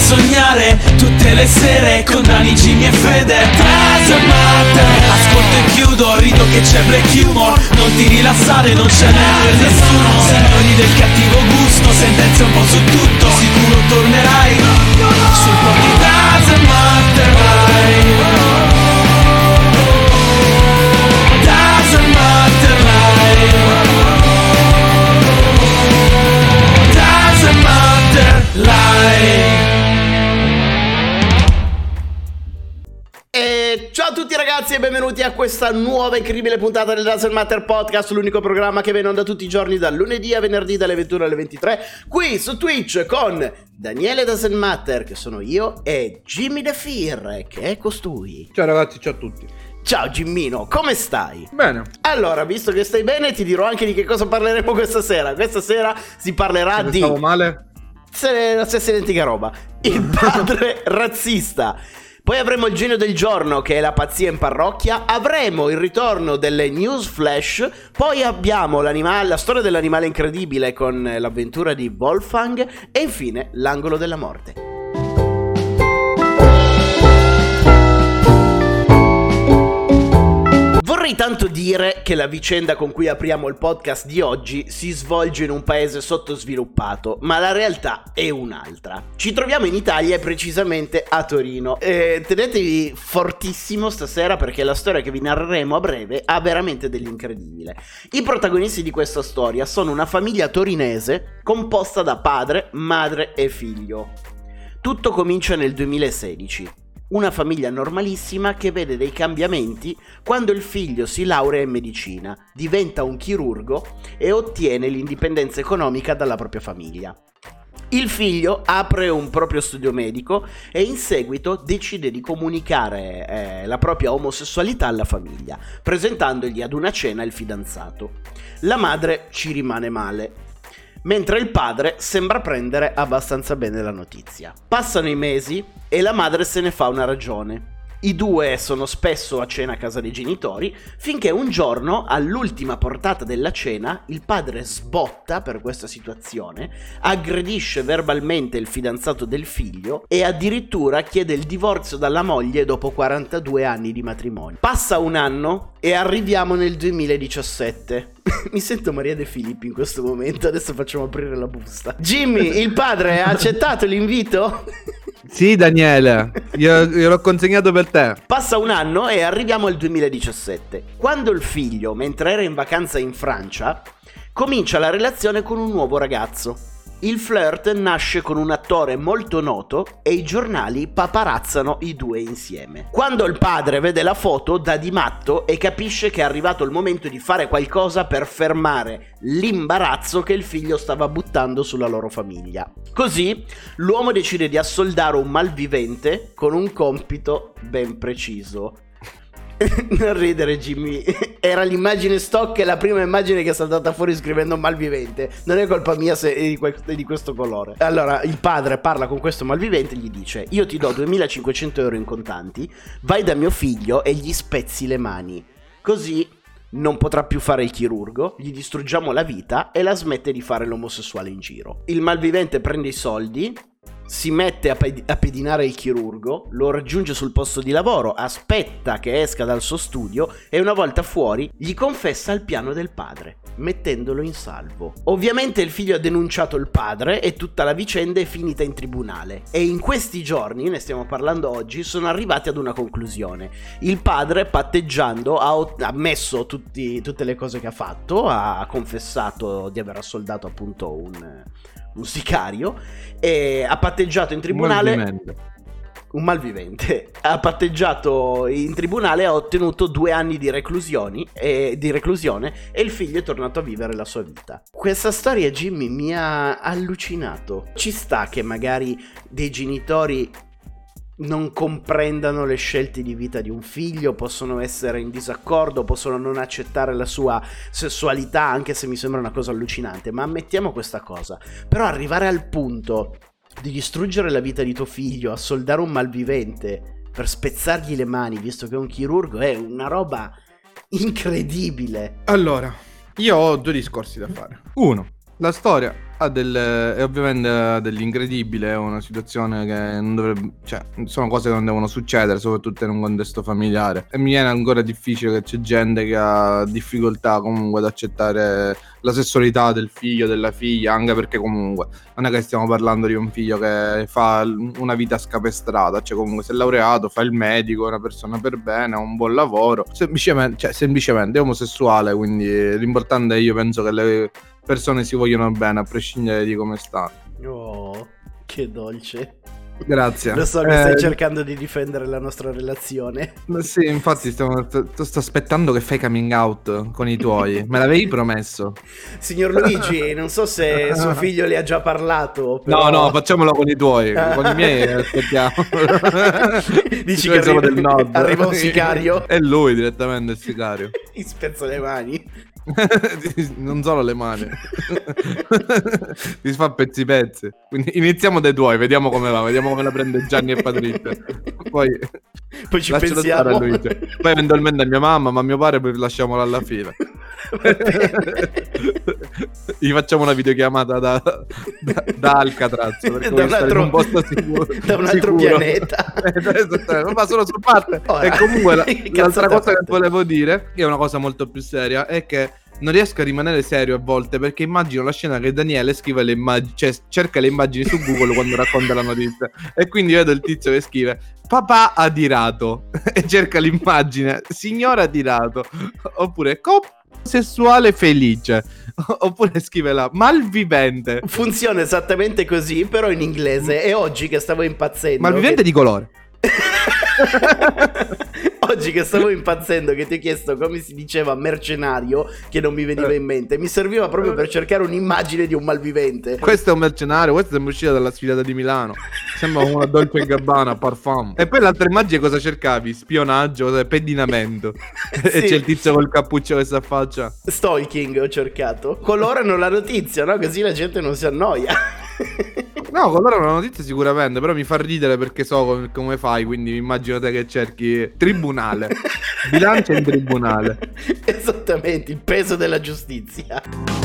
sognare tutte le sere con Dani, Jimmy e Fede. Doesn't matter. Ascolto e chiudo, rido che c'è black humor. Non ti rilassare, non c'è neanche nessuno. Signori del cattivo gusto, sentenze un po' su tutto. Sicuro tornerai sul po' di Doesn't matter live. Doesn't matter live. Doesn't matter live. Ciao a tutti ragazzi e benvenuti a questa nuova incredibile puntata del Doesn't Matter Podcast, l'unico programma che viene in onda tutti i giorni dal lunedì a venerdì dalle 21 alle 23 qui su Twitch con Daniele Doesn't Matter, che sono io, e Jimmy The Fear, che è costui. Ciao ragazzi, ciao a tutti. Ciao Gimmino, come stai? Bene. Allora, visto che stai bene, ti dirò anche di che cosa parleremo questa sera. Questa sera si parlerà di... Stavo male? La stessa identica roba. Il padre razzista. Poi avremo il genio del giorno, che è la pazzia in parrocchia. Avremo il ritorno delle news flash. Poi abbiamo la storia dell'animale incredibile con l'avventura di Wolfgang. E infine l'angolo della morte. Vorrei tanto dire che la vicenda con cui apriamo il podcast di oggi si svolge in un paese sottosviluppato, ma la realtà è un'altra. Ci troviamo in Italia e precisamente a Torino. Tenetevi fortissimo stasera perché la storia che vi narreremo a breve ha veramente dell'incredibile. I protagonisti di questa storia sono una famiglia torinese composta da padre, madre e figlio. Tutto comincia nel 2016. Una famiglia normalissima che vede dei cambiamenti quando il figlio si laurea in medicina, diventa un chirurgo e ottiene l'indipendenza economica dalla propria famiglia. Il figlio apre un proprio studio medico e in seguito decide di comunicare la propria omosessualità alla famiglia, presentandogli ad una cena il fidanzato. La madre ci rimane male, mentre il padre sembra prendere abbastanza bene la notizia. Passano i mesi e la madre se ne fa una ragione. I due sono spesso a cena a casa dei genitori, finché un giorno, all'ultima portata della cena, il padre sbotta per questa situazione, aggredisce verbalmente il fidanzato del figlio e addirittura chiede il divorzio dalla moglie dopo 42 anni di matrimonio. Passa un anno e arriviamo nel 2017. Mi sento Maria De Filippi in questo momento, adesso facciamo aprire la busta. Jimmy, il padre, ha accettato l'invito? Sì, Daniele, gliel'ho consegnato per te. Passa un anno e arriviamo al 2017, quando il figlio, mentre era in vacanza in Francia, comincia la relazione con un nuovo ragazzo. Il flirt nasce con un attore molto noto e i giornali paparazzano i due insieme. Quando il padre vede la foto dà di matto e capisce che è arrivato il momento di fare qualcosa per fermare l'imbarazzo che il figlio stava buttando sulla loro famiglia. Così l'uomo decide di assoldare un malvivente con un compito ben preciso. Non ridere Jimmy, era l'immagine stock, è la prima immagine che è saltata fuori scrivendo malvivente. Non è colpa mia se è di questo colore. Allora il padre parla con questo malvivente e gli dice: io ti do 2500 euro in contanti, vai da mio figlio e gli spezzi le mani, così non potrà più fare il chirurgo, gli distruggiamo la vita e la smette di fare l'omosessuale in giro. Il malvivente prende i soldi, si mette a pedinare il chirurgo, lo raggiunge sul posto di lavoro, aspetta che esca dal suo studio e una volta fuori gli confessa il piano del padre, mettendolo in salvo. Ovviamente il figlio ha denunciato il padre e tutta la vicenda è finita in tribunale. E in questi giorni, ne stiamo parlando oggi, sono arrivati ad una conclusione. Il padre, patteggiando, ha ammesso tutte le cose che ha fatto, ha confessato di aver assoldato appunto un sicario e ha patteggiato in tribunale un malvivente. Ha patteggiato in tribunale e ha ottenuto 2 anni di reclusione e il figlio è tornato a vivere la sua vita. Questa storia, Jimmy, mi ha allucinato. Ci sta che magari dei genitori non comprendano le scelte di vita di un figlio, possono essere in disaccordo, possono non accettare la sua sessualità, anche se mi sembra una cosa allucinante, ma ammettiamo questa cosa. Però arrivare al punto di distruggere la vita di tuo figlio, assoldare un malvivente per spezzargli le mani, visto che è un chirurgo, è una roba incredibile. Allora, io ho 2 discorsi da fare. Uno, La storia è ovviamente dell'incredibile, è una situazione che non dovrebbe, cioè, sono cose che non devono succedere, soprattutto in un contesto familiare. E mi viene ancora difficile che c'è gente che ha difficoltà comunque ad accettare la sessualità del figlio, della figlia, anche perché comunque non è che stiamo parlando di un figlio che fa una vita scapestrata, cioè comunque si è laureato, fa il medico, è una persona per bene, ha un buon lavoro, semplicemente è omosessuale, quindi l'importante è, io penso, che le persone si vogliono bene a prescindere di come stanno. Oh, che dolce. Grazie. Lo so che stai cercando di difendere la nostra relazione. Sì, infatti sto aspettando che fai coming out con i tuoi. Me l'avevi promesso. Signor Luigi, non so se suo figlio le ha già parlato, però... No, facciamolo con i tuoi. Con i miei aspettiamo. Dici che arriva un sicario? È lui direttamente il sicario. Gli spezzo le mani. Non solo le mani. Ti fa pezzi. Quindi iniziamo dai tuoi, vediamo come va, vediamo come la prende Gianni e Patrizia. Poi ci pensiamo. Poi eventualmente a mia mamma, ma a mio padre poi lasciamolo alla fine. Gli facciamo una videochiamata da Alcatraz, perché da un altro, un posto sicuro, da un altro pianeta. Ma solo su parte. E comunque l'altra cosa che volevo dire, che è una cosa molto più seria, è che non riesco a rimanere serio a volte, perché immagino la scena che Daniele scrive le immagini, cioè cerca le immagini su Google quando racconta la notizia, e quindi vedo il tizio che scrive papà adirato e cerca l'immagine signora adirato, oppure coppia sessuale felice, oppure scrive là malvivente. Funziona esattamente così, però in inglese. E oggi che stavo impazzendo, malvivente di colore. Oggi che stavo impazzendo, che ti ho chiesto come si diceva mercenario, che non mi veniva in mente, mi serviva proprio per cercare un'immagine di un malvivente. Questo è un mercenario, questo è uscita dalla sfilata di Milano, sembra una Dolce & Gabbana parfum. E poi l'altra immagine cosa cercavi? Spionaggio, pedinamento. Sì. E c'è il tizio col cappuccio che si affaccia. Stalking ho cercato. Colorano la notizia, no? Così la gente non si annoia. No, colorano la notizia sicuramente, però mi fa ridere perché so come fai, quindi immagino te che cerchi tribunale, bilancia in tribunale. Esattamente, il peso della giustizia.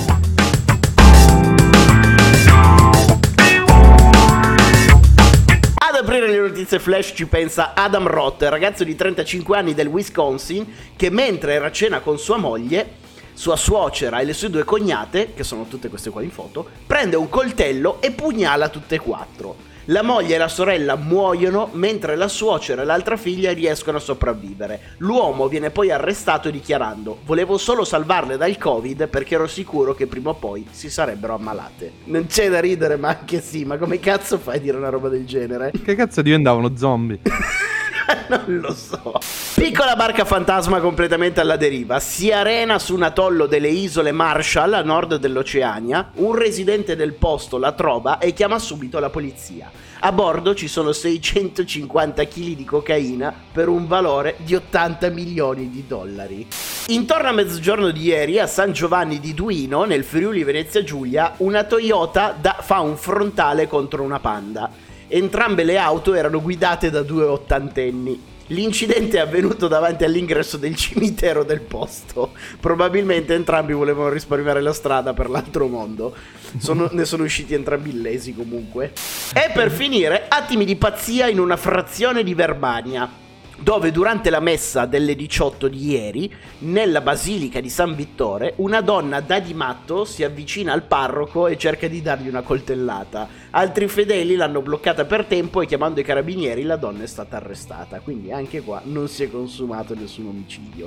Ad aprire le notizie flash ci pensa Adam Roth, ragazzo di 35 anni del Wisconsin, che mentre era a cena con sua moglie, sua suocera e le sue due cognate, che sono tutte queste qua in foto, prende un coltello e pugnala tutte e quattro. La moglie e la sorella muoiono, mentre la suocera e l'altra figlia riescono a sopravvivere. L'uomo viene poi arrestato dichiarando: volevo solo salvarle dal Covid perché ero sicuro che prima o poi si sarebbero ammalate. Non c'è da ridere, ma anche sì, ma come cazzo fai a dire una roba del genere? Che cazzo diventavano zombie? Non lo so. Piccola barca fantasma completamente alla deriva si arena su un atollo delle isole Marshall a nord dell'Oceania. Un residente del posto la trova e chiama subito la polizia. A bordo ci sono 650 kg di cocaina per un valore di 80 milioni di dollari. Intorno a mezzogiorno di ieri a San Giovanni di Duino, nel Friuli Venezia Giulia, una Toyota fa un frontale contro una Panda. Entrambe le auto erano guidate da due ottantenni. L'incidente è avvenuto davanti all'ingresso del cimitero del posto. Probabilmente entrambi volevano risparmiare la strada per l'altro mondo. Ne sono usciti entrambi illesi comunque. E per finire, attimi di pazzia in una frazione di Verbania, dove durante la messa delle 18 di ieri, nella basilica di San Vittore, una donna da di matto si avvicina al parroco e cerca di dargli una coltellata. Altri fedeli l'hanno bloccata per tempo e chiamando i carabinieri la donna è stata arrestata. Quindi anche qua non si è consumato nessun omicidio.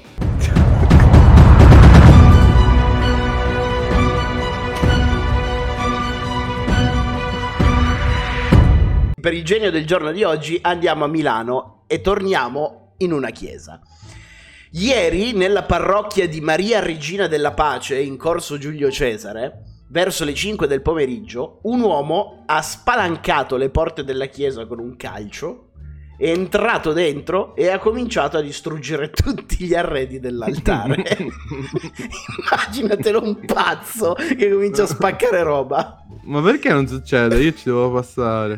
Per il genio del giorno di oggi andiamo a Milano e torniamo in una chiesa. Ieri nella parrocchia di Maria Regina della Pace in corso Giulio Cesare, verso le 5 del pomeriggio, un uomo ha spalancato le porte della chiesa con un calcio è entrato dentro e ha cominciato a distruggere tutti gli arredi dell'altare. Immaginatelo un pazzo che comincia a spaccare roba. Ma perché non succede? Io ci devo passare.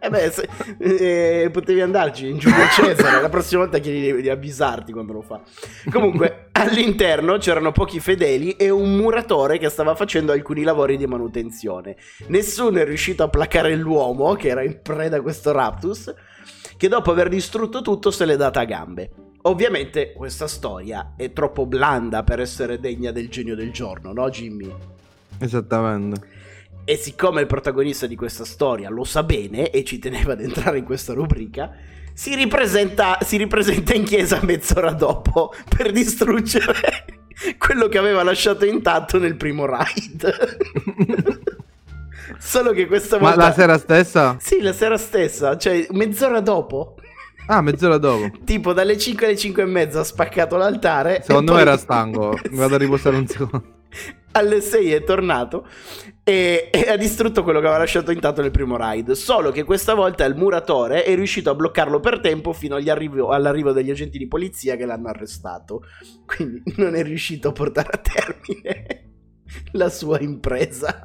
Potevi andarci in Giulio Cesare. La prossima volta chiedi di avvisarti quando lo fa. Comunque, all'interno c'erano pochi fedeli e un muratore che stava facendo alcuni lavori di manutenzione. Nessuno è riuscito a placare l'uomo che era in preda a questo raptus, che dopo aver distrutto tutto se l'è data a gambe. Ovviamente questa storia è troppo blanda per essere degna del genio del giorno, no Jimmy? Esattamente. E siccome il protagonista di questa storia lo sa bene e ci teneva ad entrare in questa rubrica, si ripresenta in chiesa mezz'ora dopo per distruggere quello che aveva lasciato intatto nel primo raid. Solo che questa volta... Ma la sera stessa? Sì, la sera stessa, cioè mezz'ora dopo. Ah, mezz'ora dopo. Tipo dalle 5 alle 5 e mezza ha spaccato l'altare. Secondo me poi... era stanco, mi vado a riposare un secondo. Alle 6 è tornato e ha distrutto quello che aveva lasciato intatto nel primo raid. Solo che questa volta il muratore è riuscito a bloccarlo per tempo fino all'arrivo degli agenti di polizia che l'hanno arrestato. Quindi non è riuscito a portare a termine la sua impresa.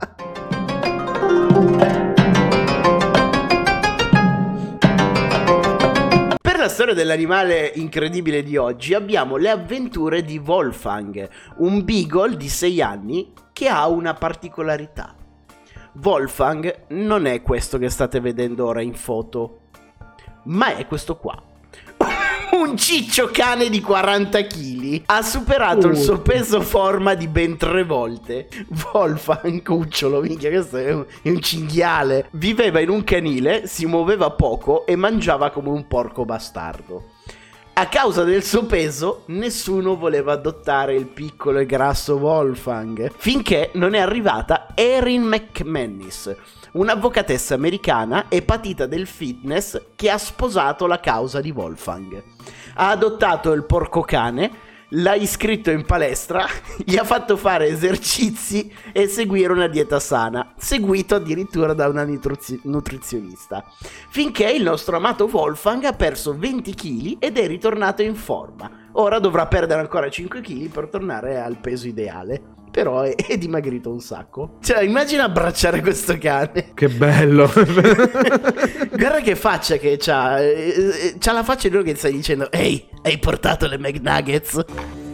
Per la storia dell'animale incredibile di oggi abbiamo le avventure di Wolfgang, un beagle di 6 anni che ha una particolarità. Wolfgang non è questo che state vedendo ora in foto, ma è questo qua. Un ciccio cane di 40 kg ha superato il suo peso forma di ben 3 volte. Wolfgang, cucciolo, minchia, questo è un cinghiale. Viveva in un canile, si muoveva poco e mangiava come un porco bastardo. A causa del suo peso, nessuno voleva adottare il piccolo e grasso Wolfgang, finché non è arrivata Erin McManus, un'avvocatessa americana e patita del fitness che ha sposato la causa di Wolfgang. Ha adottato il porco cane, l'ha iscritto in palestra, gli ha fatto fare esercizi e seguire una dieta sana, seguito addirittura da una nutrizionista, finché il nostro amato Wolfgang ha perso 20 kg ed è ritornato in forma. Ora dovrà perdere ancora 5 kg per tornare al peso ideale. Però è dimagrito un sacco. Cioè, immagina abbracciare questo cane. Che bello. Guarda che faccia che c'ha. C'ha la faccia di uno che stai dicendo: ehi, hai portato le McNuggets?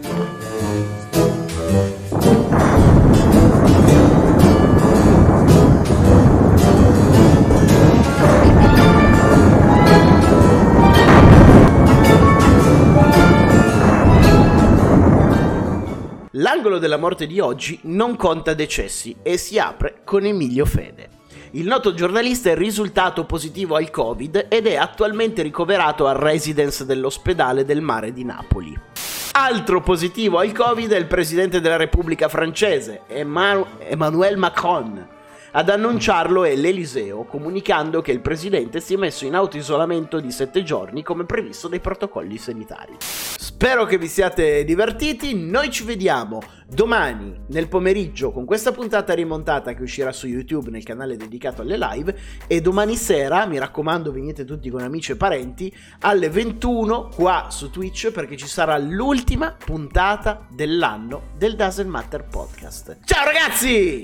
L'angolo della morte di oggi non conta decessi e si apre con Emilio Fede. Il noto giornalista è risultato positivo al Covid ed è attualmente ricoverato al residence dell'ospedale del Mare di Napoli. Altro positivo al Covid è il presidente della Repubblica francese, Emmanuel Macron. Ad annunciarlo è l'Eliseo, comunicando che il presidente si è messo in autoisolamento di 7 giorni come previsto dai protocolli sanitari. Spero che vi siate divertiti, noi ci vediamo domani nel pomeriggio con questa puntata rimontata che uscirà su YouTube nel canale dedicato alle live, e domani sera, mi raccomando, venite tutti con amici e parenti, alle 21 qua su Twitch, perché ci sarà l'ultima puntata dell'anno del Doesn't Matter Podcast. Ciao ragazzi!